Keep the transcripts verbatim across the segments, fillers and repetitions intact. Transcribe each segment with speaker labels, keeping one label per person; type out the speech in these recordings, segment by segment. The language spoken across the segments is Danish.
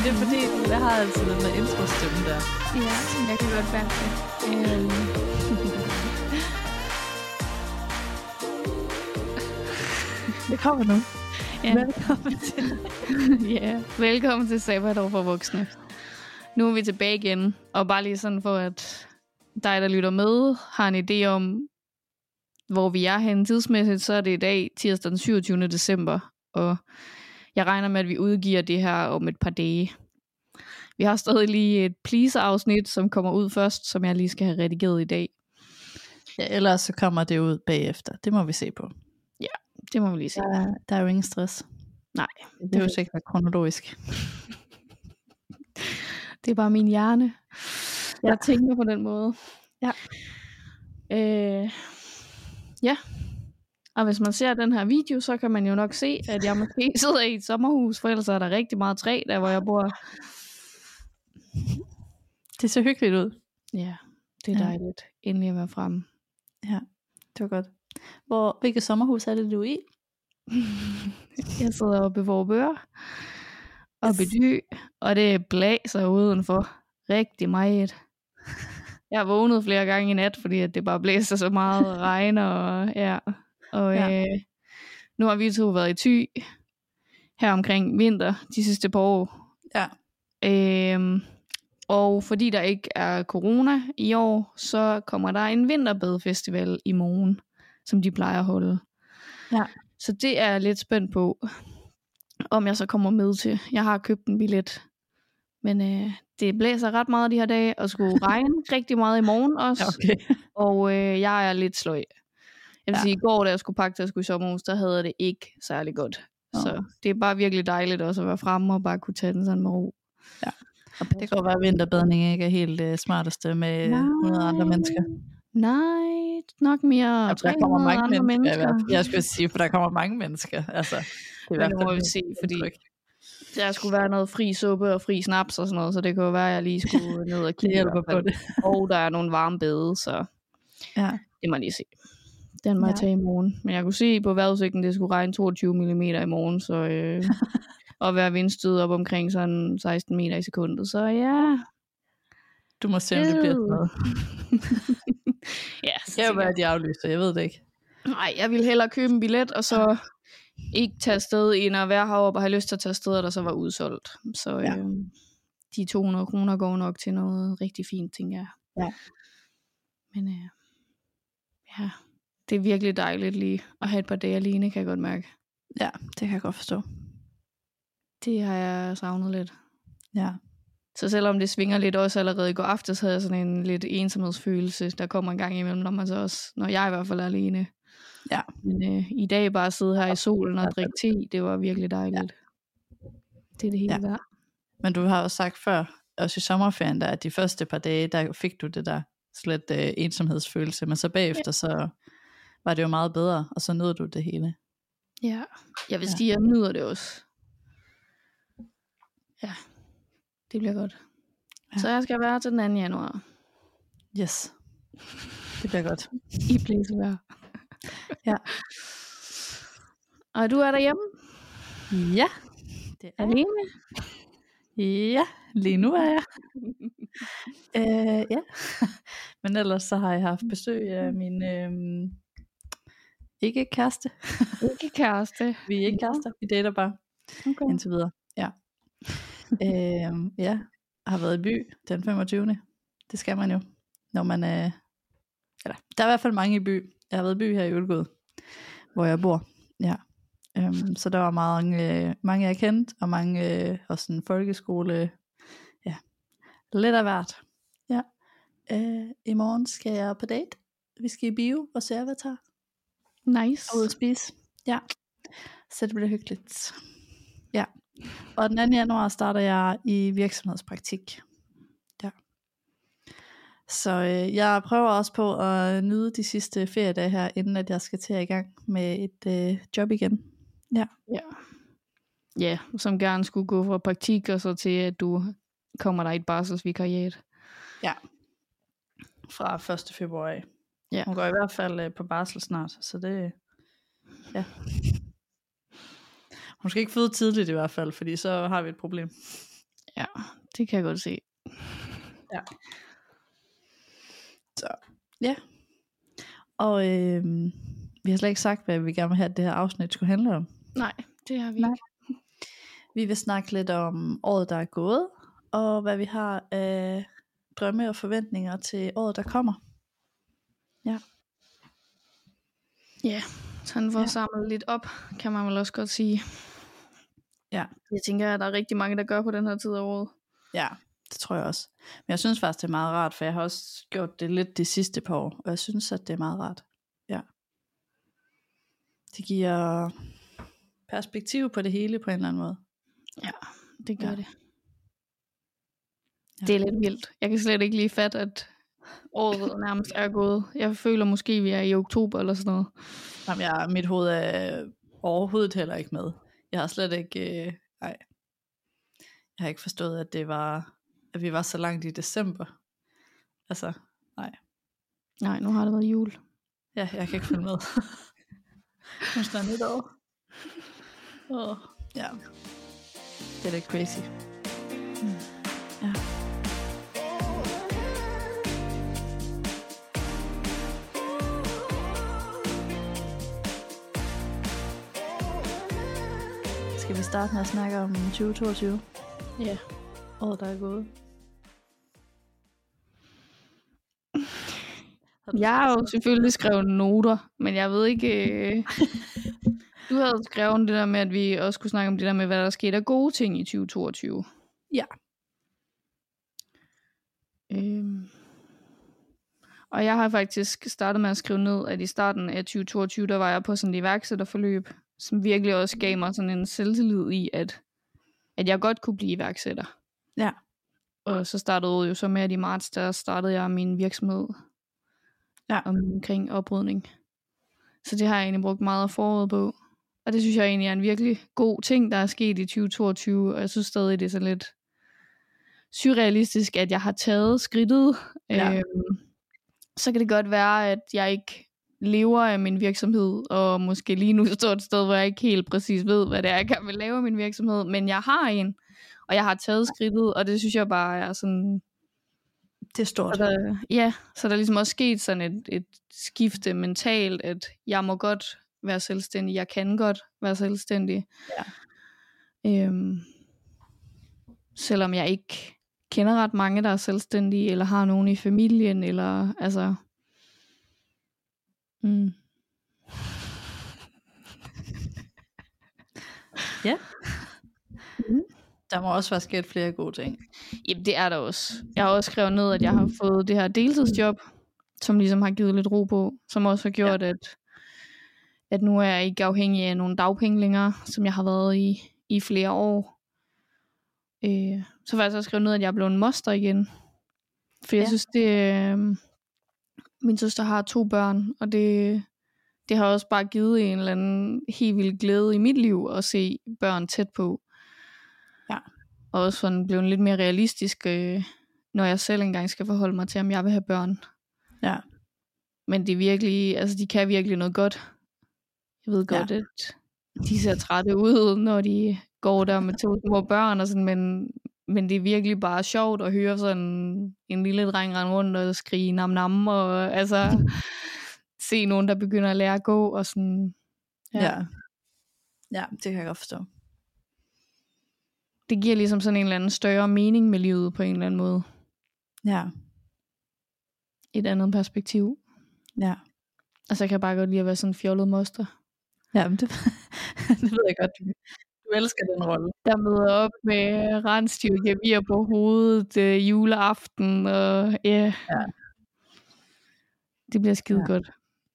Speaker 1: det er fordi, jeg har altid den der introstemme der.
Speaker 2: Ja, jeg kan godt mærke det. Øhm.
Speaker 1: Det kommer nu.
Speaker 2: Ja.
Speaker 1: Velkommen til.
Speaker 2: Ja, velkommen til Sabbatår for voksne. Nu er vi tilbage igen, og bare lige sådan for, at dig, der lytter med, har en idé om, hvor vi er henne tidsmæssigt, så er det i dag, tirsdag den syvogtyvende december, og jeg regner med, at vi udgiver det her om et par dage. Vi har stadig lige et pleaser-afsnit, som kommer ud først, som jeg lige skal have redigeret i dag.
Speaker 1: Ja, ellers så kommer det ud bagefter. Det må vi se på.
Speaker 2: Ja, det må vi lige se.
Speaker 1: Der, der er jo ingen stress.
Speaker 2: Nej.
Speaker 1: Det er jo sikkert være kronologisk.
Speaker 2: Det er bare min hjerne. Jeg ja. tænker på den måde.
Speaker 1: Ja.
Speaker 2: Øh, ja. Og hvis man ser den her video, så kan man jo nok se, at jeg måske sidder i et sommerhus, for ellers er der rigtig meget træ, der hvor jeg bor.
Speaker 1: Det ser hyggeligt ud.
Speaker 2: Ja, det er dejligt. Ja. Endelig at være fremme.
Speaker 1: Ja, det var godt. Hvor, hvilket sommerhus er det, du er i?
Speaker 2: Jeg sidder oppe i Vorupør, oppe yes. i Dy, og det blæser udenfor rigtig meget. Jeg har vågnet flere gange i nat, fordi at det bare blæser så meget regn, og ja... Og ja. øh, nu har vi to været i Thy her omkring vinter de sidste par år.
Speaker 1: Ja.
Speaker 2: Øhm, og fordi der ikke er corona i år, så kommer der en vinterbadefestival i morgen, som de plejer at holde.
Speaker 1: Ja.
Speaker 2: Så det er jeg lidt spændt på, om jeg så kommer med til. Jeg har købt en billet, men øh, det blæser ret meget de her dage, og skulle regne rigtig meget i morgen også.
Speaker 1: Okay.
Speaker 2: Og øh, jeg er lidt sløj. Jeg vil
Speaker 1: ja.
Speaker 2: sige, i går, da jeg skulle pakke til at skulle i sommerhus, der havde jeg det ikke særlig godt. Oh. Så det er bare virkelig dejligt også at være fremme og bare kunne tage den sådan med ro.
Speaker 1: Ja. Og det kan godt være, at vinterbadning ikke er helt uh, smarteste med Nej. hundrede andre mennesker.
Speaker 2: Nej, nok mere ja,
Speaker 1: der kommer mange
Speaker 2: andre
Speaker 1: mennesker.
Speaker 2: mennesker.
Speaker 1: Jeg skulle sige, for der kommer mange mennesker. Altså, det er
Speaker 2: i hvert fald må vi se, fordi der skulle være noget fri suppe og fri snaps og sådan noget, så det kunne jo være, at jeg lige skulle ned og kigge.
Speaker 1: Det på det.
Speaker 2: Og der er nogle varme bade, så
Speaker 1: ja.
Speaker 2: Det må jeg lige se. Den må ja. jeg tage i morgen. Men jeg kunne se på vejrudsigten, det skulle regne toogtyve millimeter i morgen, så øh, og være vindstød op omkring sådan seksten meter i sekundet. Så ja.
Speaker 1: Du må se, om det bliver noget.
Speaker 2: Ja,
Speaker 1: det kan jo være, at de aflyser, jeg ved det ikke.
Speaker 2: Nej, jeg vil hellere købe en billet, og så ikke tage afsted ind og være heroppe og have lyst til at tage afsted, og der så var udsolgt. Så ja. øh, de to hundrede kroner går nok til noget rigtig fint, tænker jeg.
Speaker 1: Ja.
Speaker 2: Men øh, ja, det er virkelig dejligt lige at have et par dage alene, kan jeg godt mærke.
Speaker 1: Ja, det kan jeg godt forstå.
Speaker 2: Det har jeg savnet lidt.
Speaker 1: Ja.
Speaker 2: Så selvom det svinger lidt også allerede i går aftes, havde jeg sådan en lidt ensomhedsfølelse, der kommer en gang imellem, når man så også, når jeg i hvert fald er alene.
Speaker 1: Ja.
Speaker 2: Men øh, i dag bare sidde her i solen og drikke te, det var virkelig dejligt. Ja. Det er det hele ja. der.
Speaker 1: Men du har jo sagt før, også i sommerferien, der, at de første par dage, der fik du det der slet øh, ensomhedsfølelse, men så bagefter, ja. så var det jo meget bedre, og så nød du det hele.
Speaker 2: Ja, jeg vil sige, ja. jeg nyder det også. Ja, det bliver godt. Ja. Så jeg skal være til den anden januar.
Speaker 1: Yes, det bliver godt.
Speaker 2: I blæsevejr.
Speaker 1: Ja.
Speaker 2: Og du er derhjemme?
Speaker 1: Ja, det er
Speaker 2: alene.
Speaker 1: Ja, lige nu er jeg. øh, ja. Men ellers så har jeg haft besøg af min øh, ikke kæreste.
Speaker 2: Ikke kæreste.
Speaker 1: Vi er ikke kærester, vi dater bare.
Speaker 2: Okay.
Speaker 1: Indtil videre. Ja. øh, ja, har været i by den femogtyvende Det skal man jo, når man er øh, eller, der er i hvert fald mange i by. Jeg har været i by her i Ølgod, hvor jeg bor. Ja. Um, så der var mange, øh, mange jeg kendte, og mange øh, også en folkeskole. Ja, lidt af hvert. Ja. Uh, I morgen skal jeg på date. Vi skal i bio og se Avatar.
Speaker 2: Nice.
Speaker 1: Og ud at spise. Ja. Så det bliver hyggeligt. Ja. Og den anden januar starter jeg i virksomhedspraktik. Ja. Så øh, jeg prøver også på at nyde de sidste feriedage her, inden at jeg skal til at i gang med et øh, job igen. Ja.
Speaker 2: Ja. Ja, som gerne skulle gå fra praktik og så til at du kommer der i et barselsvikariat.
Speaker 1: Ja. Fra første februar af.
Speaker 2: Ja.
Speaker 1: Hun går i hvert fald øh, på barsel snart, så det ja. Hun skal ikke føde tidligt i hvert fald, fordi så har vi et problem.
Speaker 2: Ja, det kan jeg godt se.
Speaker 1: Ja. Så, ja. Og øh, vi har slet ikke sagt, hvad vi gerne vil have, at det her afsnit skulle handle om.
Speaker 2: Nej, det har vi
Speaker 1: Nej.
Speaker 2: ikke.
Speaker 1: Vi vil snakke lidt om året, der er gået, og hvad vi har af drømme og forventninger til året, der kommer. Ja.
Speaker 2: Ja, sådan for at
Speaker 1: Ja.
Speaker 2: samle lidt op, kan man vel også godt sige.
Speaker 1: Ja.
Speaker 2: Jeg tænker, at der er rigtig mange, der gør på den her tid af året.
Speaker 1: Ja, det tror jeg også. Men jeg synes faktisk, det er meget rart, for jeg har også gjort det lidt de sidste par år, og jeg synes, at det er meget rart. Ja. Det giver perspektiv på det hele på en eller anden måde.
Speaker 2: Ja, det gør
Speaker 1: Ja.
Speaker 2: det.
Speaker 1: Ja.
Speaker 2: Det er lidt vildt. Jeg kan slet ikke lige fatte, at året nærmest er gået. Jeg føler måske, vi er i oktober eller sådan noget.
Speaker 1: Jamen, jeg, mit hoved er overhovedet heller ikke med. Jeg har slet ikke, øh, nej. Jeg har ikke forstået, at det var, at vi var så langt i december. Altså, nej.
Speaker 2: Nej, nu har det været jul.
Speaker 1: Ja, jeg kan ikke følge med. Nu står nyt år. Åh, ja. Det er lidt crazy. Mm. Ja. Skal vi starte med at snakke om tyve toogtyve?
Speaker 2: Ja.
Speaker 1: Året, der er gået.
Speaker 2: Jeg har jo selvfølgelig skrevet noter, men jeg ved ikke... Øh... Du havde skrevet det der med, at vi også skulle snakke om det der med, hvad der skete af gode ting i tyve toogtyve.
Speaker 1: Ja.
Speaker 2: Øhm. Og jeg har faktisk startet med at skrive ned, at i starten af tyve toogtyve, der var jeg på sådan et iværksætterforløb, som virkelig også gav mig sådan en selvtillid i, at, at jeg godt kunne blive iværksætter.
Speaker 1: Ja.
Speaker 2: Og så startede året jo så med, at i marts, der startede jeg min virksomhed
Speaker 1: ja.
Speaker 2: omkring oprydning. Så det har jeg egentlig brugt meget af foråret på. Og det synes jeg egentlig er en virkelig god ting, der er sket i tyve toogtyve. Og jeg synes stadig, det er så lidt surrealistisk, at jeg har taget skridtet.
Speaker 1: Ja.
Speaker 2: Øhm, så kan det godt være, at jeg ikke lever af min virksomhed, og måske lige nu står et sted, hvor jeg ikke helt præcis ved, hvad det er, jeg kan vil lave af min virksomhed, men jeg har en, og jeg har taget skridtet, og det synes jeg bare er sådan...
Speaker 1: Det er stort.
Speaker 2: Så der, ja, så der er ligesom også sket sådan et, et skifte mentalt, at jeg må godt være selvstændig, jeg kan godt være selvstændig.
Speaker 1: Ja.
Speaker 2: Øhm, selvom jeg ikke kender ret mange, der er selvstændige, eller har nogen i familien, eller altså... Mm.
Speaker 1: Ja.
Speaker 2: Mm.
Speaker 1: Der må også være sket flere gode ting.
Speaker 2: Jamen det er der også. Jeg har også skrevet ned, at jeg har fået det her deltidsjob, som ligesom har givet lidt ro på, som også har gjort, ja. at, at nu er jeg ikke afhængig af nogle dagpenge længere, som jeg har været i, i flere år. Øh, så har jeg også skrevet ned, at jeg er blevet en moster igen. For jeg ja. synes, det øh, min søster har to børn, og det, det har også bare givet en eller anden helt vild glæde i mit liv at se børn tæt på.
Speaker 1: Ja.
Speaker 2: Og også sådan blevet lidt mere realistisk, øh, når jeg selv engang skal forholde mig til, om jeg vil have børn.
Speaker 1: Ja.
Speaker 2: Men det er virkelig, altså de kan virkelig noget godt. Jeg ved godt,
Speaker 1: ja.
Speaker 2: at de ser trætte ud, når de går der med to små børn og sådan, men, men det er virkelig bare sjovt at høre sådan en lille dreng rende rundt og skrige nam nam, og altså se nogen, der begynder at lære at gå og sådan.
Speaker 1: Ja. Ja, ja det kan jeg godt forstå.
Speaker 2: Det giver ligesom sådan en eller anden større mening med livet på en eller anden måde.
Speaker 1: Ja.
Speaker 2: Et andet perspektiv.
Speaker 1: Ja.
Speaker 2: Altså jeg kan bare godt lide at være sådan en fjollet moster.
Speaker 1: Ja, men det, det ved jeg godt. Du, du elsker den rolle.
Speaker 2: Der møder op med rensdyr, gevir på hovedet, øh, juleaften, og yeah.
Speaker 1: ja.
Speaker 2: Det bliver skide ja. godt.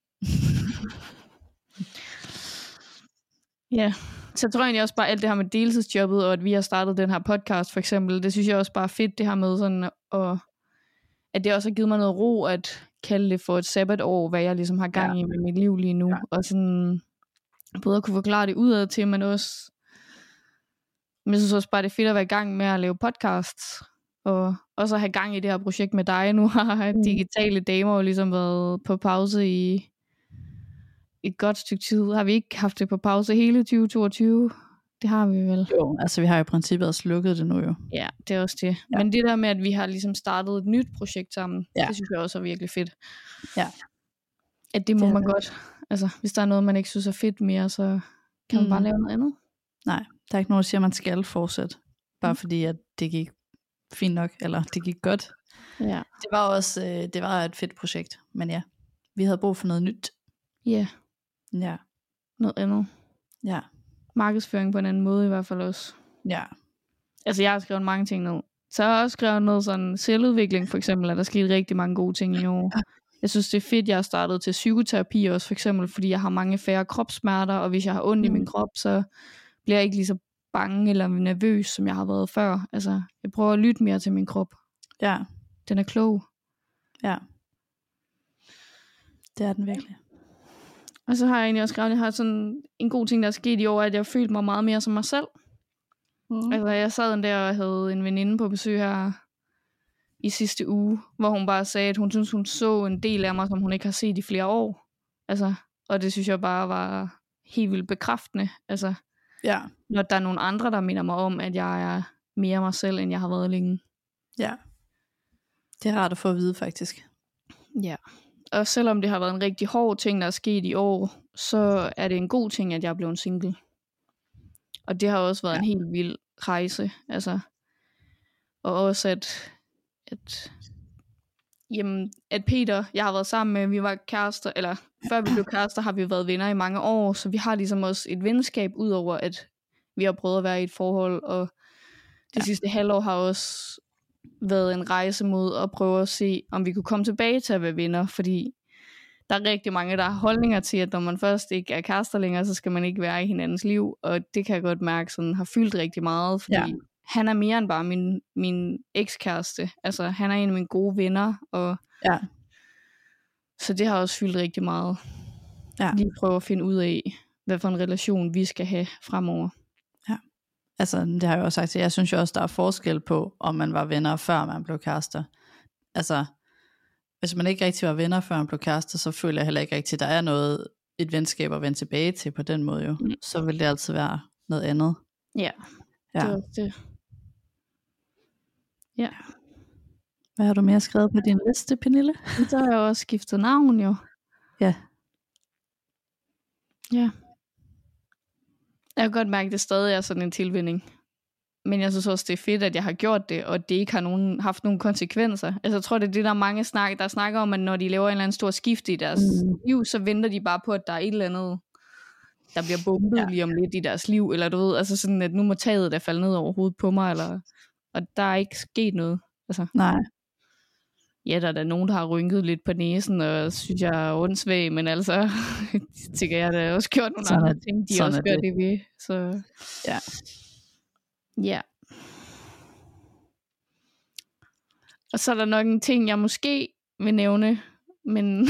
Speaker 2: Ja. Så jeg tror egentlig også bare alt det her med deltidsjobbet, og at vi har startet den her podcast for eksempel, det synes jeg også bare er fedt, det her med sådan, og at det også har givet mig noget ro, at kalde det for et sabbatår, hvad jeg ligesom har gang i ja. med mit liv lige nu, ja. og sådan, både at kunne forklare det udad til, men også, men jeg synes også bare, det er fedt at være i gang med at lave podcasts, og også at have gang i det her projekt med dig. Nu har mm. Digitale Damer jo ligesom været på pause i et godt stykke tid. Har vi ikke haft det på pause hele tyve toogtyve? Det har vi vel.
Speaker 1: Jo, altså vi har jo i princippet også lukket det nu jo.
Speaker 2: Ja, det er også det.
Speaker 1: Ja.
Speaker 2: Men det der med, at vi har ligesom startet et nyt projekt sammen,
Speaker 1: Ja.
Speaker 2: det synes jeg også er virkelig fedt.
Speaker 1: Ja.
Speaker 2: At det må
Speaker 1: Det er
Speaker 2: man
Speaker 1: det.
Speaker 2: godt. Altså, hvis der er noget, man ikke synes er fedt mere, så kan man
Speaker 1: Mm.
Speaker 2: bare lave noget andet.
Speaker 1: Nej, der er ikke nogen, der siger, at man skal fortsætte. Bare
Speaker 2: Mm.
Speaker 1: fordi, at det gik fint nok, eller det gik godt.
Speaker 2: Ja.
Speaker 1: Det var også øh, det var et fedt projekt, men ja, vi havde brug for noget nyt.
Speaker 2: Ja,
Speaker 1: Ja,
Speaker 2: noget andet.
Speaker 1: ja,
Speaker 2: Markedsføring på en anden måde i hvert fald også.
Speaker 1: ja.
Speaker 2: Altså, jeg har skrevet mange ting ned. Så har jeg også skrevet noget sådan selvudvikling, for eksempel, at der skete rigtig mange gode ting i år. Jeg synes, det er fedt, jeg har startet til psykoterapi også, for eksempel, fordi jeg har mange færre kropssmerter, og hvis jeg har ondt mm. i min krop, så bliver jeg ikke lige så bange eller nervøs, som jeg har været før. Altså, jeg prøver at lytte mere til min krop.
Speaker 1: Ja,
Speaker 2: Den er klog.
Speaker 1: ja. Det er den virkelig.
Speaker 2: Og så har jeg egentlig også skrevet, at jeg har sådan en god ting, der er sket i år, at jeg har følt mig meget mere som mig selv. Mm. Altså, jeg sad en der og havde en veninde på besøg her i sidste uge, hvor hun bare sagde, at hun synes, hun så en del af mig, som hun ikke har set i flere år. Altså, og det synes jeg bare var helt vildt bekræftende. Altså,
Speaker 1: Ja,
Speaker 2: når der er nogle andre, der minder mig om, at jeg er mere mig selv, end jeg har været længe.
Speaker 1: ja. Det er rart at få at vide, faktisk.
Speaker 2: Ja. Og selvom det har været en rigtig hård ting, der er sket i år, så er det en god ting, at jeg er blevet single. Og det har også været ja. en helt vild rejse. Altså, og også at, at, jamen, at Peter, jeg har været sammen med, vi var kærester, eller før vi blev kærester, har vi været venner i mange år, så vi har ligesom også et venskab, udover at vi har prøvet at være i et forhold, og det ja. sidste halvår har også været en rejse mod at prøve at se, om vi kunne komme tilbage til at være venner, fordi der er rigtig mange, der har holdninger til, at når man først ikke er kærester længere, så skal man ikke være i hinandens liv, og det kan jeg godt mærke, sådan har fyldt rigtig meget, fordi ja. han er mere end bare min, min ekskæreste, altså han er en af mine gode venner, og
Speaker 1: Ja.
Speaker 2: så det har også fyldt rigtig meget.
Speaker 1: Ja.
Speaker 2: Lige prøve at finde ud af, hvad for en relation vi skal have fremover.
Speaker 1: Ja. Altså, det har jeg jo også sagt, jeg synes jo også, der er forskel på, om man var venner, før man blev kærester. Altså, hvis man ikke rigtig var venner, før man blev kærester, så føler jeg heller ikke rigtig, der er noget, et venskab at vende tilbage til på den måde jo. Mm. Så vil det altid være noget andet.
Speaker 2: Ja,
Speaker 1: ja.
Speaker 2: det var det. Ja.
Speaker 1: Hvad har du mere skrevet på din liste, Pernille?
Speaker 2: Så har jeg også skiftet navn jo.
Speaker 1: Ja.
Speaker 2: Ja. Jeg kan godt mærke, at det stadig er sådan en tilvænning. Men jeg synes også, det er fedt, at jeg har gjort det, og det ikke har nogen, haft nogen konsekvenser. Altså jeg tror, det er det, der er mange snak, der snakker om, at når de laver en eller anden stor skift i deres mm. liv, så venter de bare på, at der er et eller andet, der bliver bombet ja. lige om lidt i deres liv, eller du ved, altså sådan, at nu må taget der falde ned over hovedet på mig, eller, og der er ikke sket noget. Altså.
Speaker 1: Nej.
Speaker 2: Ja, der er der nogen, der har rynket lidt på næsen, og synes, jeg er ondsvag, men altså, tænker jeg, der har også gjort nogle sådan andre ting, de også gør det. det ved. Så
Speaker 1: ja.
Speaker 2: Ja. Og så er der nok en ting, jeg måske vil nævne, men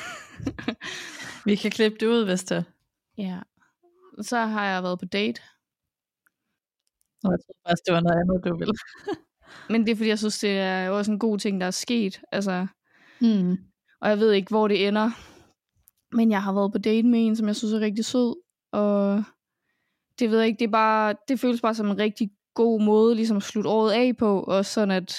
Speaker 1: vi kan klippe det ud, hvis det.
Speaker 2: Ja. Så har jeg været på date.
Speaker 1: Og jeg tror faktisk, det var noget andet, du ville.
Speaker 2: Men det er fordi, jeg synes, det er også en god ting, der er sket. Altså,
Speaker 1: mm.
Speaker 2: Og jeg ved ikke, hvor det ender. Men jeg har været på date med en, som jeg synes er rigtig sød. Og det ved jeg ikke, det er bare, det føles bare som en rigtig god måde, ligesom at slutte året af på. Og sådan at,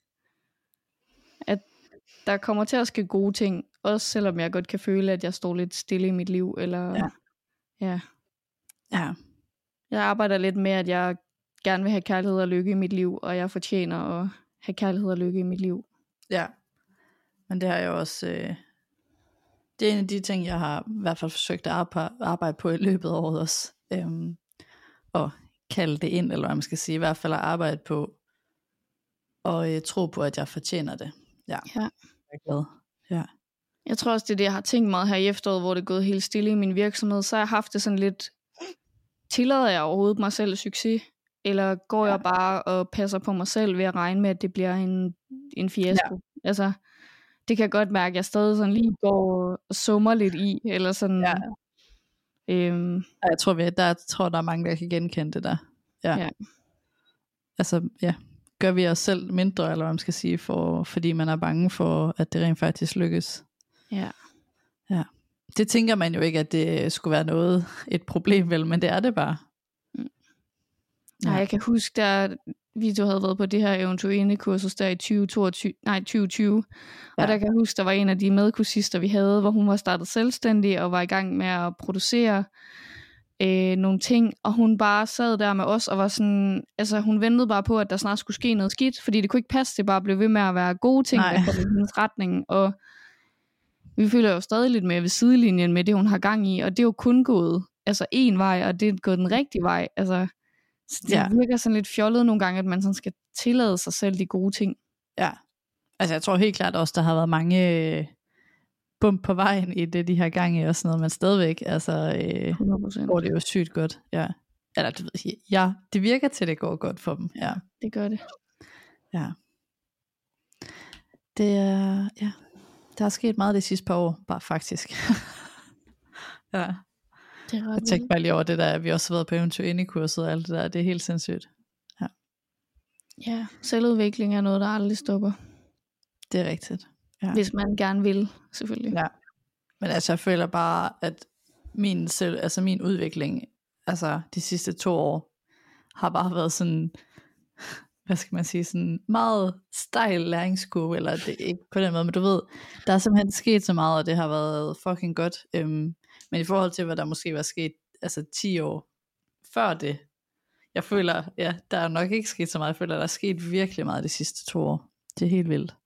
Speaker 2: at der kommer til at ske gode ting. Også selvom jeg godt kan føle, at jeg står lidt stille i mit liv. Eller,
Speaker 1: ja.
Speaker 2: Ja.
Speaker 1: ja.
Speaker 2: Jeg arbejder lidt med, at jeg gerne vil have kærlighed og lykke i mit liv, og jeg fortjener at have kærlighed og lykke i mit liv.
Speaker 1: Ja, men det har jeg også, øh, det er en af de ting, jeg har i hvert fald forsøgt at arbejde på i løbet af året også, øhm, og kalde det ind, eller hvad man skal sige, i hvert fald at arbejde på, og øh, tro på, at jeg fortjener det. Ja,
Speaker 2: ja.
Speaker 1: Jeg er glad. Ja.
Speaker 2: Jeg tror også, det er det, jeg har tænkt meget her i efteråret, hvor det er gået helt stille i min virksomhed, så har jeg haft det sådan lidt, tillader jeg overhovedet mig selv succes? Eller går ja. jeg bare og passer på mig selv ved at regne med, at det bliver en, en fiasko? Ja. Altså, det kan jeg godt mærke, at jeg stadig sådan lige går og summer lidt i. Eller sådan,
Speaker 1: ja.
Speaker 2: øhm,
Speaker 1: jeg tror, vi, der, jeg tror, der er mange, der kan genkende det der. Ja. ja. Altså, ja. Gør vi os selv mindre, eller hvad man skal sige, for, fordi man er bange for, at det rent faktisk lykkes.
Speaker 2: Ja.
Speaker 1: Ja. Det tænker man jo ikke, at det skulle være noget, et problem vel, men det er det bare.
Speaker 2: Nej,
Speaker 1: Ja.
Speaker 2: jeg kan huske, da vi to havde været på det her eventuelle-kursus der i tyve toogtyve, nej, tyve tyve. Ja. Og der kan jeg huske, der var en af de medkursister, vi havde, hvor hun var startet selvstændig og var i gang med at producere øh, nogle ting. Og hun bare sad der med os og var sådan, altså hun ventede bare på, at der snart skulle ske noget skidt, fordi det kunne ikke passe, det bare blev ved med at være gode ting,
Speaker 1: Nej.
Speaker 2: der kom i hendes retning. Og vi føler jo stadig lidt med ved sidelinjen med det, hun har gang i, og det er jo kun gået altså en vej, og det er gået den rigtige vej. Altså, så det
Speaker 1: Ja.
Speaker 2: virker sådan lidt fjollet nogle gange, at man sådan skal tillade sig selv de gode ting.
Speaker 1: Ja, altså jeg tror helt klart også, der har været mange øh, bump på vejen i det, de her gange og sådan noget, men stadigvæk, altså øh,
Speaker 2: hundrede procent.
Speaker 1: går det jo sygt godt. Ja, eller du ved, ja, det virker til, det går godt for dem. Ja,
Speaker 2: Det gør det.
Speaker 1: ja. Det er, ja, der er sket meget de sidste par år, bare faktisk. Ja.
Speaker 2: Det er ret
Speaker 1: Jeg tænkte bare lige over det der, at vi også har været på eventyr inde i kurset og alt det der, det er helt sindssygt.
Speaker 2: Ja, selvudvikling er noget, der aldrig stopper.
Speaker 1: Det er rigtigt. Ja.
Speaker 2: Hvis man gerne vil, selvfølgelig.
Speaker 1: Ja. Men altså, jeg føler bare, at min, selv, altså min udvikling, altså de sidste to år, har bare været sådan, hvad skal man sige, sådan meget stejl læringskurve, eller det er ikke på den måde, men du ved, der er simpelthen sket så meget, og det har været fucking godt. Øhm, men i forhold til, hvad der måske var sket, altså ti år før det, jeg føler, ja, der er nok ikke sket så meget, jeg føler, der er sket virkelig meget de sidste to år. Det er helt vildt.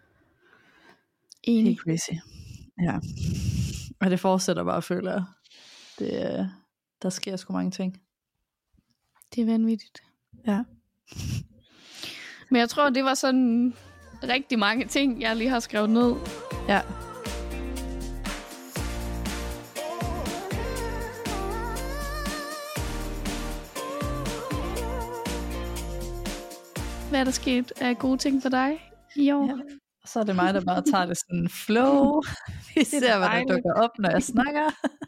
Speaker 2: Enig.
Speaker 1: Helt crazy. Ja. Og det fortsætter bare, føler jeg. Det, øh, der sker sgu mange ting.
Speaker 2: Det er vanvittigt.
Speaker 1: Ja.
Speaker 2: Men jeg tror, det var sådan rigtig mange ting, jeg lige har skrevet ned.
Speaker 1: Ja.
Speaker 2: Hvad er der sket af gode ting for dig i år?
Speaker 1: Ja. Og så er det mig, der bare tager det sådan flow. Vi ser, hvad der dukker op, når jeg snakker.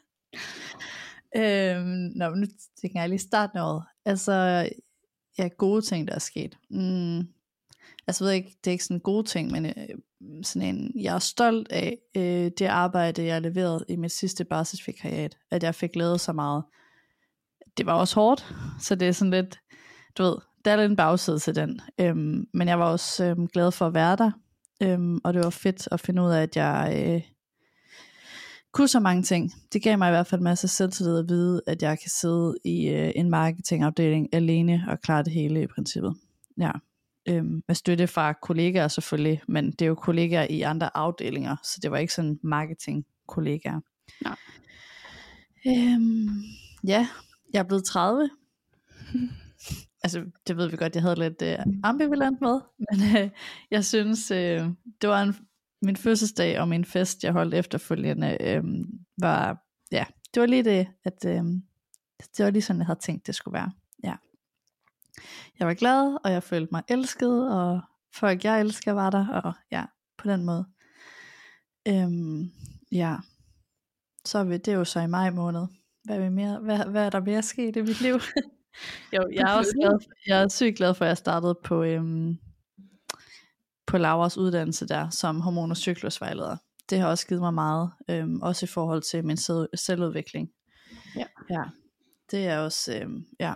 Speaker 1: øhm, nå, men nu tænker jeg lige starten af året. Altså, ja, gode ting, der er sket. Mm, altså, jeg ved ikke, det er ikke sådan gode ting, men øh, sådan en, jeg er stolt af øh, det arbejde, jeg leverede i mit sidste barselsvikariat, at jeg fik lavet så meget. Det var også hårdt, så det er sådan lidt, du ved, der er lidt en bagside til den. Øhm, men jeg var også øhm, glad for at være der. Øhm, og det var fedt at finde ud af, at jeg øh, kunne så mange ting. Det gav mig i hvert fald en masse selvtillid at vide, at jeg kan sidde i øh, en marketingafdeling alene og klare det hele i princippet. Ja. Øhm, med støtte fra kollegaer selvfølgelig, men det er jo kollegaer i andre afdelinger, så det var ikke sådan marketing-kollegaer.
Speaker 2: Nej.
Speaker 1: Øhm, ja, jeg er blevet tredive. Altså, det ved vi godt, jeg havde lidt øh, ambivalent med, men øh, jeg synes, øh, det var en, min fødselsdag og min fest, jeg holdt efterfølgende, øh, var, ja, det var lige det, at øh, det var lige sådan, jeg havde tænkt, det skulle være, ja. Jeg var glad, og jeg følte mig elsket, og folk, jeg elsker, var der, og ja, på den måde. Øhm, ja, så er vi, det er jo så i maj måned. Hvad er, vi mere, hvad, hvad er der mere sket i mit liv? Jo, jeg er også glad, jeg er sygt glad for, at jeg startede på, øhm, på Lauras uddannelse der, som hormon- og cyklusvejleder. Det har også givet mig meget, øhm, også i forhold til min selv, selvudvikling.
Speaker 2: Ja.
Speaker 1: Ja, det er også, øhm, ja,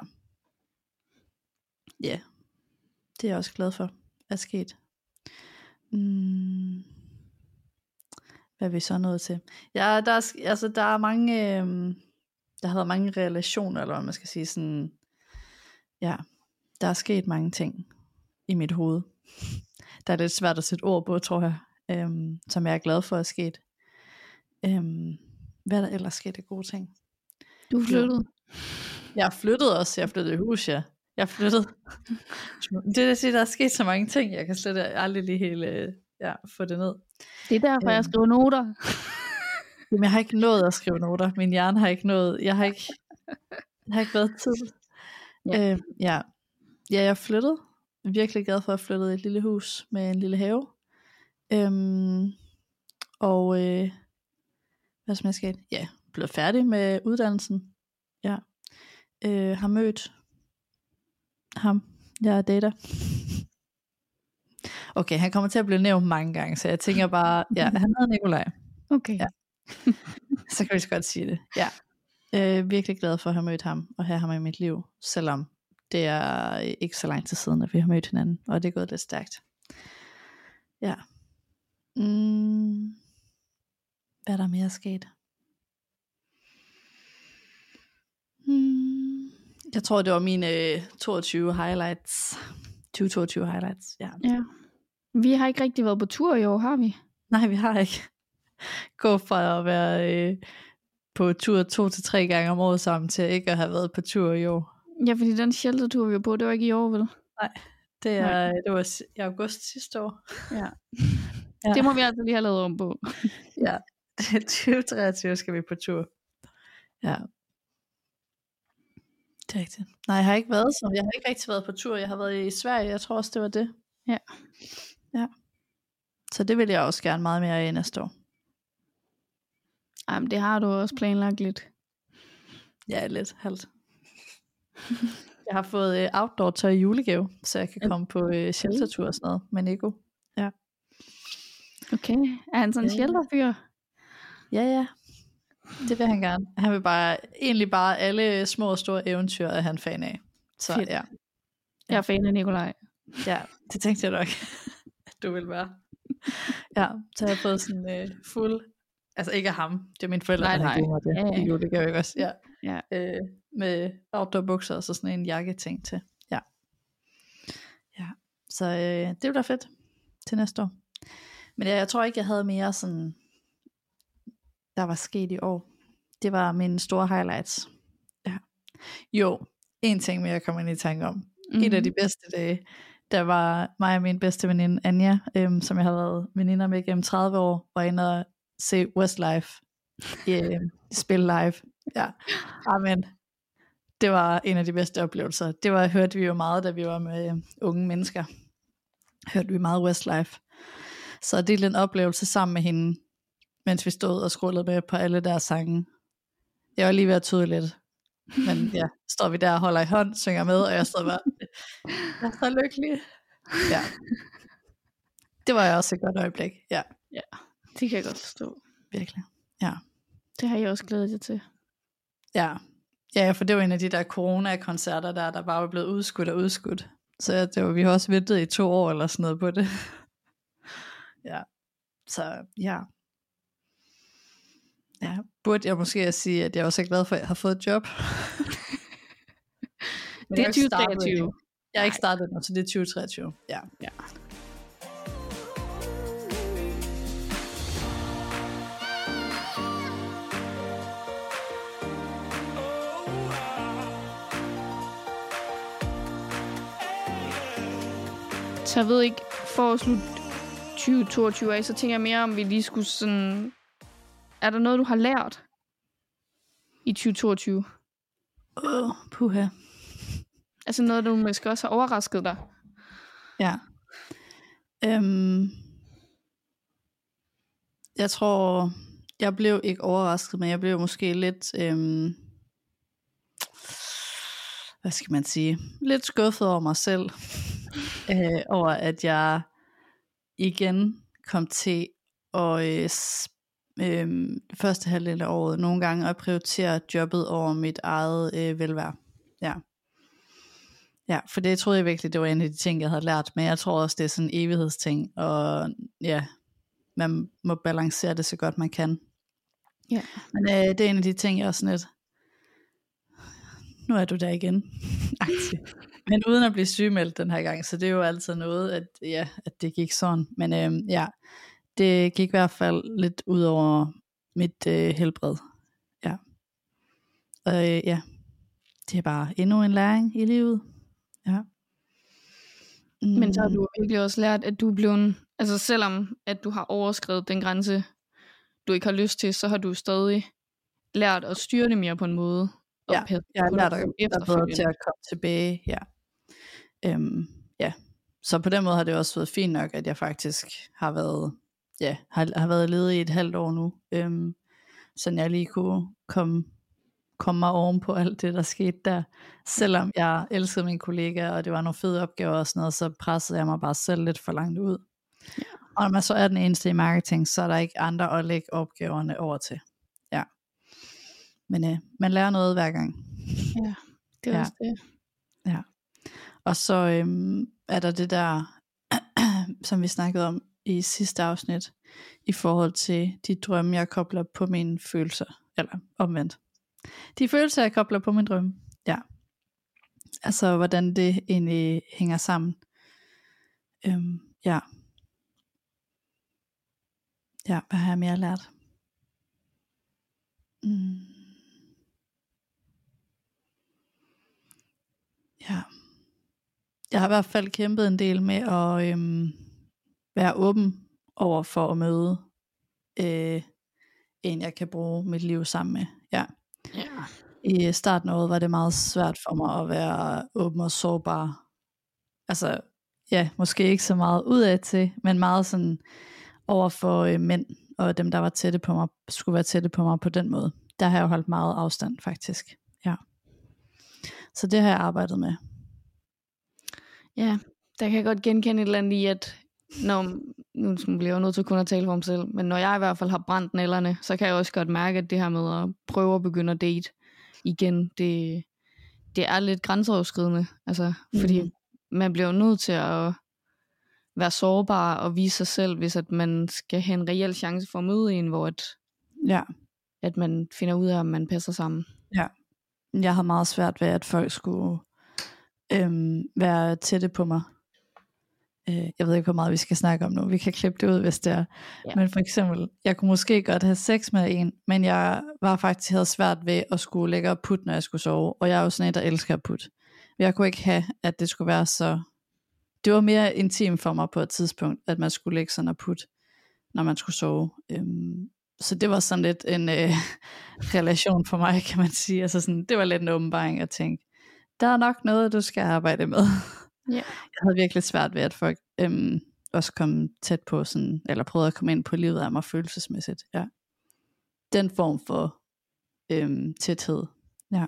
Speaker 1: ja, yeah. Det er jeg også glad for, er sket. Mm. Hvad er vi så nået til? Ja, der er, altså, der er mange, øhm, der har været mange relationer, eller hvad man skal sige, sådan, ja, der er sket mange ting i mit hoved. Der er lidt svært at sætte ord på, tror jeg, øhm, som jeg er glad for at er sket. Øhm, hvad er der ellers sket af gode ting?
Speaker 2: Du flyttede?
Speaker 1: Jeg har flyttet også, jeg flyttede i hus, ja. Jeg flyttede. Det er at sige, der er sket så mange ting, jeg kan slet aldrig lige helt ja, få det ned.
Speaker 2: Det er derfor,
Speaker 1: øhm,
Speaker 2: jeg skriver noter.
Speaker 1: Jamen, jeg har ikke nået at skrive noter. Min hjerne har ikke nået, jeg har ikke, jeg har ikke været tid. Ja. Øhm, ja. ja, jeg flyttede. Jeg er virkelig glad for at flytte i et lille hus med en lille have. Øhm, og øh, hvad som er sket? Ja, blevet færdig med uddannelsen. Ja. Øh, har mødt ham, jeg dater. Okay, han kommer til at blive nævnt mange gange, så jeg tænker bare, ja, han hedder Nikolaj.
Speaker 2: Okay.
Speaker 1: Ja. Så kan vi så godt sige det. Ja. Øh, virkelig glad for at have mødt ham, og have ham i mit liv, selvom det er ikke så lang tid siden, at vi har mødt hinanden, og det er gået lidt stærkt. Ja. Mm. Hvad er der mere sket? Mm. Jeg tror, det var mine toogtyve highlights. tyve toogtyve highlights, ja.
Speaker 2: Ja. Vi har ikke rigtig været på tur i år, har vi?
Speaker 1: Nej, vi har ikke. Gå fra at være øh, på tur to til tre gange om året sammen, til ikke at have været på tur i år.
Speaker 2: Ja, fordi den sheltertur, vi var på, det var ikke i år, vel?
Speaker 1: Nej, det, er, det var i august sidste år.
Speaker 2: Ja.
Speaker 1: Ja.
Speaker 2: Det må vi altså lige have lavet om på.
Speaker 1: Ja, tyve treogtyve skal vi på tur. Ja. Det er rigtigt. Nej, jeg har ikke været så. Jeg har ikke rigtig været på tur. Jeg har været i Sverige. Jeg tror også, det var det.
Speaker 2: Ja.
Speaker 1: Ja. Så det vil jeg også gerne meget mere af næste år.
Speaker 2: Jamen, det har du også planlagt lidt.
Speaker 1: Ja, lidt halvt. Jeg har fået uh, outdoor tøj i julegave, så jeg kan komme på uh, sheltertur og sådan noget med Nico. Ja.
Speaker 2: Okay. Er han sådan en
Speaker 1: Ja.
Speaker 2: shelterfyr?
Speaker 1: Ja, ja. Det vil han gerne. Han vil bare, egentlig bare alle små og store eventyr, er han fan af. Så
Speaker 2: Fedt.
Speaker 1: ja.
Speaker 2: Jeg er fan af Nikolaj.
Speaker 1: Ja, det tænkte jeg nok, at du ville være. Ja, så har jeg fået sådan uh, fuld, altså ikke af ham, det er mine forældre,
Speaker 2: Nej,
Speaker 1: der har
Speaker 2: nej.
Speaker 1: givet mig det
Speaker 2: Ja, ja.
Speaker 1: i julegave, ikke også? Ja.
Speaker 2: Ja.
Speaker 1: Øh, med outdoor bukser og så sådan en jakketing til. Ja. Ja. Så øh, det bliver fedt til næste år. Men jeg, jeg tror ikke, jeg havde mere sådan, der var sket i år. Det var mine store highlights. Ja. Jo, en ting mere, jeg kommer ind i tanke om. Mm-hmm. Et af de bedste dage, der var mig og min bedste veninde Anja, øhm, som jeg har været veninder med gennem tredive år, var inde og se Westlife øh, spille live. Ja, amen. Det var en af de bedste oplevelser. Det var, hørte vi jo meget, da vi var med øh, unge mennesker. Hørte vi meget Westlife. Så det er en oplevelse sammen med hende, mens vi stod og scrollede med på alle deres sange. Jeg var lige ved at tude lidt. Men ja, står vi der og holder i hånd, synger med, og jeg stod bare, jeg er så lykkelig. Ja. Det var også et godt øjeblik. Ja,
Speaker 2: Ja, det kan jeg godt forstå.
Speaker 1: virkelig. Ja.
Speaker 2: Det har jeg også glædet jer til.
Speaker 1: Ja. Ja, for det var en af de der corona-koncerter der, der bare var blevet udskudt og udskudt. Så ja, det var, vi har også ventet i to år eller sådan noget på det. Ja. Så ja. Ja, burde jeg måske sige, at jeg også er glad for, at jeg har fået et job. Men
Speaker 2: Det
Speaker 1: jeg
Speaker 2: er
Speaker 1: ikke
Speaker 2: tyve
Speaker 1: startet
Speaker 2: treogtyve.
Speaker 1: endnu. Jeg har ikke startet endnu, så det er tyve treogtyve. Ja.
Speaker 2: Ja. Så jeg ved ikke, for at slutte tyve toogtyve af, så tænker jeg mere om, vi lige skulle sådan... Er der noget, du har lært i tyve toogtyve?
Speaker 1: Åh, oh, puha.
Speaker 2: Altså noget, du måske også har overrasket dig?
Speaker 1: Ja. Øhm, jeg tror, jeg blev ikke overrasket, men jeg blev måske lidt, øhm, hvad skal man sige, lidt skuffet over mig selv. øh, over at jeg igen kom til at øh, s- øh, første halvdel af året nogle gange at prioritere jobbet over mit eget øh, velvære. Ja. Ja, for det troede jeg virkelig, det var en af de ting, jeg havde lært, men jeg tror også, det er sådan en evighedsting, og ja, man må balancere det så godt man kan.
Speaker 2: Ja.
Speaker 1: Men øh, det er en af de ting, jeg er sådan lidt, nu er du der igen. Aktiv. Men uden at blive sygemeldt den her gang, så det er jo altid noget, at, ja, at det gik sådan. Men øh, ja, det gik i hvert fald lidt ud over mit øh, helbred. Ja. Og øh, ja, det er bare endnu en læring i livet. Ja. Mm.
Speaker 2: Men så har du virkelig også lært, at du er blevet... Altså selvom at du har overskredet den grænse, du ikke har lyst til, så har du stadig lært at styre det mere på en måde. Og
Speaker 1: Ja,
Speaker 2: passe
Speaker 1: jeg har
Speaker 2: på
Speaker 1: lært
Speaker 2: dig
Speaker 1: at
Speaker 2: selv
Speaker 1: være bedre
Speaker 2: efterfølgende.
Speaker 1: til at komme tilbage. Ja. Øhm, ja. Så på den måde har det også været fint nok, at jeg faktisk har været, ja, har, har været ledig i et halvt år nu. Øhm, så jeg lige kunne komme, komme mig oven på alt det, der skete der. Selvom jeg elskede mine kollegaer, og det var nogle fede opgaver og sådan noget, så pressede jeg mig bare selv lidt for langt ud.
Speaker 2: Ja.
Speaker 1: Og når man så er den eneste i marketing, så er der ikke andre at lægge opgaverne over til. Ja. Men øh, man lærer noget hver gang.
Speaker 2: Ja, det er
Speaker 1: Ja.
Speaker 2: også det.
Speaker 1: Ja. Og så øhm, er der det der, som vi snakkede om i sidste afsnit, i forhold til de drømme, jeg kobler på mine følelser, eller omvendt. De følelser, jeg kobler på mine drømme, ja. Altså, hvordan det egentlig hænger sammen. Øhm, ja. Ja, hvad har jeg mere lært? Mm. Ja. Jeg har i hvert fald kæmpet en del med at øhm, være åben over for at møde øh, en, jeg kan bruge mit liv sammen med. Ja.
Speaker 2: Ja.
Speaker 1: I starten af året var det meget svært for mig at være åben og sårbar. Altså, ja, måske ikke så meget udad til, men meget sådan over for øh, mænd, og dem, der var tætte på mig, skulle være tætte på mig på den måde. Der har jeg jo holdt meget afstand, faktisk. Ja. Så det har jeg arbejdet med.
Speaker 2: Ja, der kan jeg godt genkende et eller andet i, at når, nu bliver jeg nødt til kun at tale for mig selv, men når jeg i hvert fald har brændt nælderne, så kan jeg også godt mærke, at det her med at prøve at begynde at date igen, det, det er lidt grænseoverskridende. Altså, mm. fordi man bliver jo nødt til at være sårbar og vise sig selv, hvis at man skal have en reel chance for at møde en, hvor at,
Speaker 1: ja.
Speaker 2: at man finder ud af, om man passer sammen.
Speaker 1: Ja, jeg har meget svært ved, at folk skulle øhm, være tætte på mig. Øh, jeg ved ikke, hvor meget vi skal snakke om nu. Vi kan klippe det ud, hvis det er. Ja. Men for eksempel, jeg kunne måske godt have sex med en, men jeg var faktisk havde svært ved at skulle lægge og putte, når jeg skulle sove. Og jeg er jo sådan en, der elsker at putte. Jeg kunne ikke have, at det skulle være så... Det var mere intimt for mig på et tidspunkt, at man skulle lægge sådan og putte, når man skulle sove. Øhm, så det var sådan lidt en øh, relation for mig, kan man sige. Altså sådan, det var lidt en åbenbaring at tænke, der er nok noget, du skal arbejde med.
Speaker 2: Yeah.
Speaker 1: Jeg havde virkelig svært ved, at folk øhm, også kom tæt på, sådan, eller prøvede at komme ind på livet af mig følelsesmæssigt. Ja. Den form for øhm, tæthed. Ja.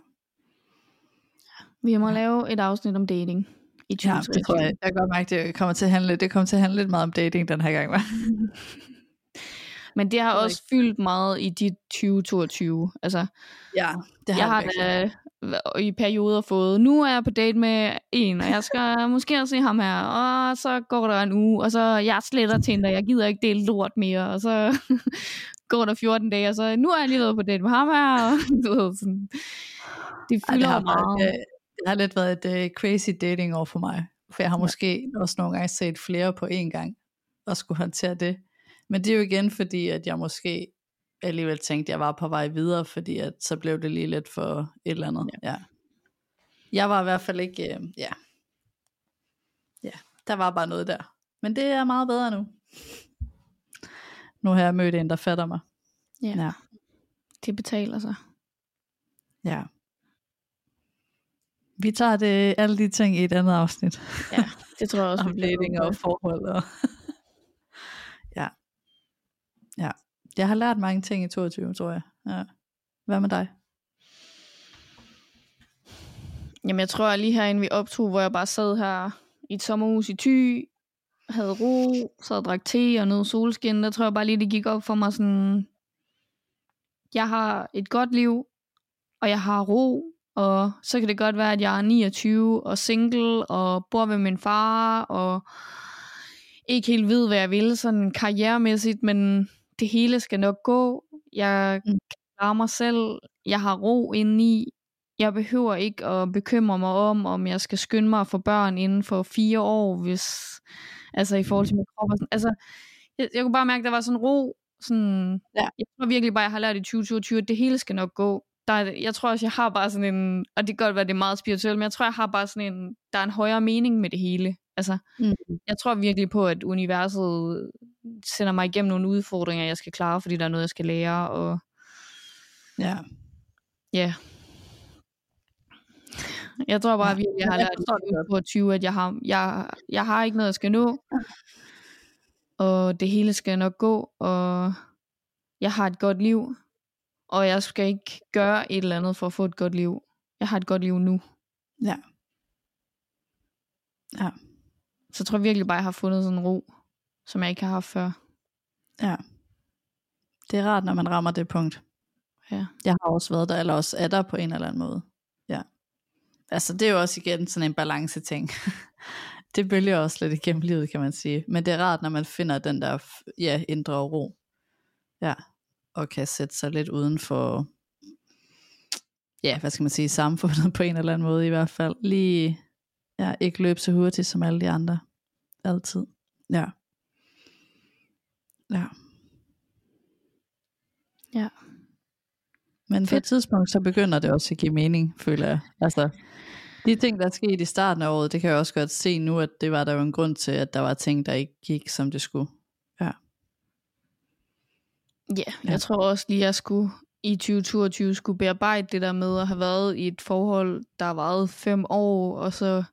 Speaker 2: Vi må ja. lave et afsnit om dating. I
Speaker 1: ja, det tror jeg. Jeg kan godt mærke, det kommer til at handle, det kommer til at handle lidt meget om dating den her gang.
Speaker 2: Men det har også fyldt meget i dit tyve toogtyve. Altså,
Speaker 1: ja, det har
Speaker 2: jeg har da i perioder fået, nu er jeg på date med en, og jeg skal måske også se ham her, og så går der en uge, og så jeg sletter Tinder, jeg gider ikke dele lort mere, og så går der fjorten dage, og så nu er jeg lige været på date med ham her, og du ved, sådan, det fylder Ej, det meget.
Speaker 1: Været, det, det har lidt været et uh, crazy dating år for mig, for jeg har ja. måske også nogle gange set flere på én gang, og skulle håndtere det. Men det er jo igen fordi, at jeg måske alligevel tænkte, at jeg var på vej videre, fordi at så blev det lige lidt for et eller andet. Ja. Ja. Jeg var i hvert fald ikke, øh, ja. Ja, der var bare noget der. Men det er meget bedre nu. Nu har jeg mødt en, der fatter mig.
Speaker 2: Ja, ja. Det betaler sig.
Speaker 1: Ja. Vi tager det, alle de ting i et andet afsnit.
Speaker 2: Ja, det tror jeg også.
Speaker 1: Om dating og forhold. Og ja. Ja. Jeg har lært mange ting i toogtyve, tror jeg. Ja. Hvad med dig?
Speaker 2: Jamen jeg tror lige herinde vi optog, hvor jeg bare sad her i et sommerhus i Thy, havde ro, sad og drak te og nød solskin. Der tror jeg bare lige, det gik op for mig sådan, jeg har et godt liv, og jeg har ro, og så kan det godt være, at jeg er niogtyve og single, og bor ved min far, og ikke helt ved, hvad jeg vil, sådan karrieremæssigt, men det hele skal nok gå. Jeg kan klare mig selv. Jeg har ro indeni. Jeg behøver ikke at bekymre mig om, om jeg skal skynde mig at få børn inden for fire år, hvis, altså i forhold til min krop. Altså, jeg, jeg kunne bare mærke, at der var sådan ro. Sådan, ja. Jeg tror virkelig bare, jeg har lært i tyve toogtyve, at det hele skal nok gå. Der er, jeg tror også, jeg har bare sådan en, og det kan godt være, det er meget spirituelt, men jeg tror, jeg har bare sådan en, der er en højere mening med det hele. Altså, mm. jeg tror virkelig på, at universet sender mig igennem nogle udfordringer, jeg skal klare, fordi der er noget, jeg skal lære, og
Speaker 1: ja.
Speaker 2: Ja. Jeg tror bare, ja. virkelig, jeg har lært i toogtyve, at jeg har, jeg, jeg har ikke noget, jeg skal nå, og det hele skal nok gå, og jeg har et godt liv, og jeg skal ikke gøre et eller andet for at få et godt liv. Jeg har et godt liv nu.
Speaker 1: Ja. Ja.
Speaker 2: Så jeg tror virkelig bare, jeg har fundet sådan en ro, som jeg ikke har haft før.
Speaker 1: Ja. Det er rart, når man rammer det punkt.
Speaker 2: Ja.
Speaker 1: Jeg har også været der, eller også er der på en eller anden måde. Ja. altså det er jo også igen sådan en balance ting. Det bølger også lidt igennem livet, kan man sige. Men det er rart, når man finder den der, ja, indre ro. Ja, og kan sætte sig lidt uden for, ja, hvad skal man sige, samfundet på en eller anden måde i hvert fald. Lige, ja, ikke løbe så hurtigt som alle de andre. Altid. Ja. Ja.
Speaker 2: Ja.
Speaker 1: Men på et tidspunkt, så begynder det også at give mening, føler jeg. Altså, de ting, der er sket i starten af året, det kan jeg også godt se nu, at det var der jo en grund til, at der var ting, der ikke gik, som det skulle. Ja.
Speaker 2: Ja, jeg ja. tror også lige, jeg skulle i tyve toogtyve skulle bearbejde det der med at have været i et forhold, der har varet fem år, og så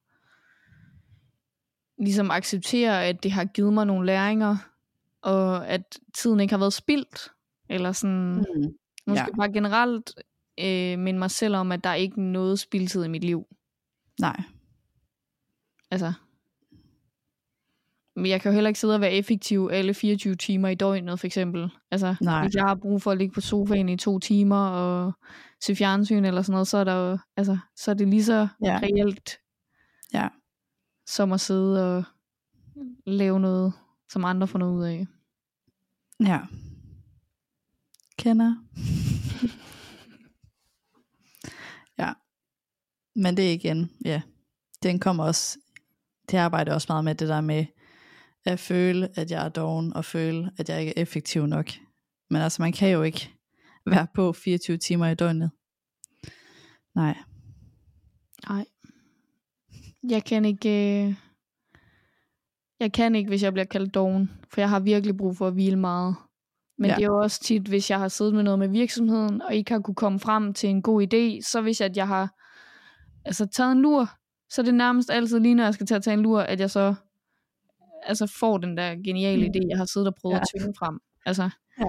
Speaker 2: ligesom acceptere, at det har givet mig nogle læringer, og at tiden ikke har været spildt, eller sådan, mm. måske ja. bare generelt øh, minde mig selv om, at der er ikke noget spildtid i mit liv.
Speaker 1: Nej.
Speaker 2: Altså, men jeg kan jo heller ikke sidde og være effektiv alle fireogtyve timer i døgnet, for eksempel. Altså,
Speaker 1: Nej.
Speaker 2: hvis jeg har brug for at ligge på sofaen i to timer og se fjernsyn eller sådan noget, så er, der jo, altså, så er det lige så
Speaker 1: ja.
Speaker 2: reelt,
Speaker 1: ja.
Speaker 2: som at sidde og lave noget, som andre får noget ud af.
Speaker 1: Ja. Kender. Ja. Men det er igen, ja. Den kommer også, det arbejder også meget med det der med, at føle, at jeg er doven, og føle, at jeg ikke er effektiv nok. Men altså, man kan jo ikke være på fireogtyve timer i døgnet. Nej.
Speaker 2: Nej. Jeg kan ikke, øh... jeg kan ikke, hvis jeg bliver kaldt doven, for jeg har virkelig brug for at hvile meget. Men ja. det er jo også tit, hvis jeg har siddet med noget med virksomheden, og ikke har kunne komme frem til en god idé, så hvis at jeg har altså, taget en lur, så er det nærmest altid lige, når jeg skal til at tage en lur, at jeg så altså, får den der geniale mm. idé, jeg har siddet og prøvet ja. at tvinge frem. Altså.
Speaker 1: Ja.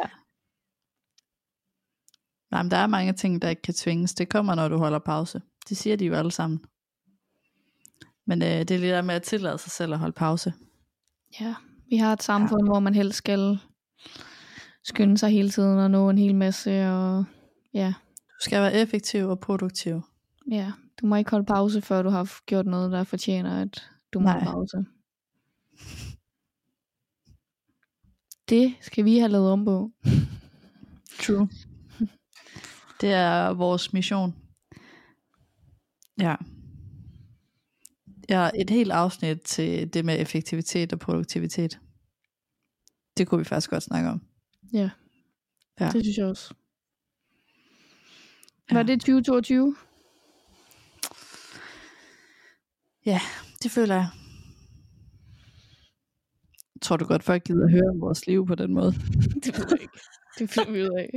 Speaker 1: Nej, men der er mange ting, der ikke kan tvinges. Det kommer, når du holder pause. Det siger de jo alle sammen. Men øh, det er lidt der med at tillade sig selv at holde pause.
Speaker 2: Ja, vi har et samfund,
Speaker 1: ja.
Speaker 2: hvor man helst skal skynde sig hele tiden og nå en hel masse. Og, ja.
Speaker 1: Du skal være effektiv og produktiv.
Speaker 2: Ja, du må ikke holde pause, før du har gjort noget, der fortjener, at du må Nej. holde pause. Det skal vi have lavet om på.
Speaker 1: True. Det er vores mission. Ja. Ja, et helt afsnit til det med effektivitet og produktivitet. Det kunne vi faktisk godt snakke om.
Speaker 2: Ja,
Speaker 1: ja.
Speaker 2: Det synes jeg også. Var ja. det tyve toogtyve?
Speaker 1: Ja, det føler jeg. Tror du godt, folk gider at høre om vores liv på den måde?
Speaker 2: Det ved jeg ikke. Det finder vi ud af.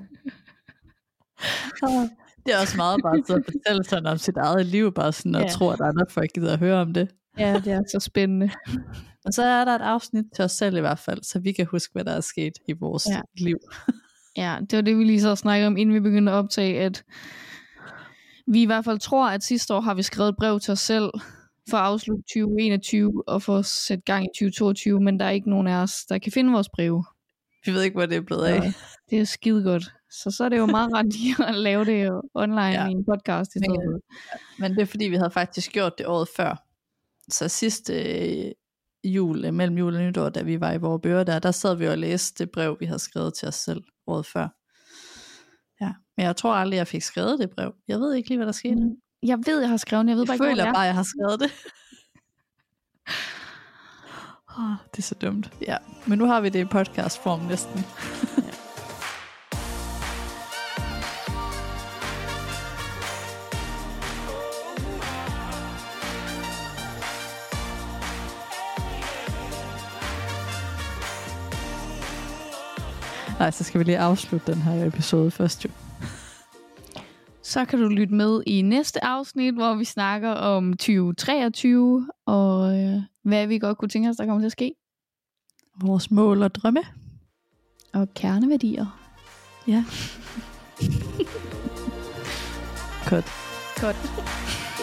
Speaker 1: Det er også meget bare at sidde og fortælle sådan om sit eget liv, bare sådan, og ja. tror, at andre folk gider at høre om det.
Speaker 2: Ja, det er så spændende.
Speaker 1: Og så er der et afsnit til os selv i hvert fald, så vi kan huske, hvad der er sket i vores
Speaker 2: ja.
Speaker 1: liv.
Speaker 2: Ja, det var det, vi lige så snakkede om, inden vi begyndte at optage, at vi i hvert fald tror, at sidste år har vi skrevet et brev til os selv, for at afslutte tyve enogtyve og for at sætte gang i tyve toogtyve, men der er ikke nogen af os, der kan finde vores breve.
Speaker 1: Vi ved ikke, hvor det er blevet af.
Speaker 2: Ja, det er skide godt. Så så er det jo meget ret at lave det online ja. i en podcast i stedet.
Speaker 1: Men, men det er fordi, vi havde faktisk gjort det året før. Så sidste øh, jul, mellem jul og nytår, da vi var i vores bøger der, der sad vi og læste det brev, vi havde skrevet til os selv året før. Ja, men jeg tror aldrig, jeg fik skrevet det brev. Jeg ved ikke lige, hvad der skete. Mm.
Speaker 2: Jeg ved, jeg har skrevet det. Jeg ved
Speaker 1: jeg
Speaker 2: bare
Speaker 1: føler
Speaker 2: ikke,
Speaker 1: bare, jeg har skrevet det. oh, det er så dumt. Ja, men nu har vi det i podcastform næsten. ja. Nej, så skal vi lige afslutte den her episode først jo.
Speaker 2: Så kan du lytte med i næste afsnit, hvor vi snakker om tyve treogtyve, og øh, hvad vi godt kunne tænke os, der kommer til at ske.
Speaker 1: Vores mål og drømme.
Speaker 2: Og kerneværdier.
Speaker 1: Ja. Godt.
Speaker 2: Godt.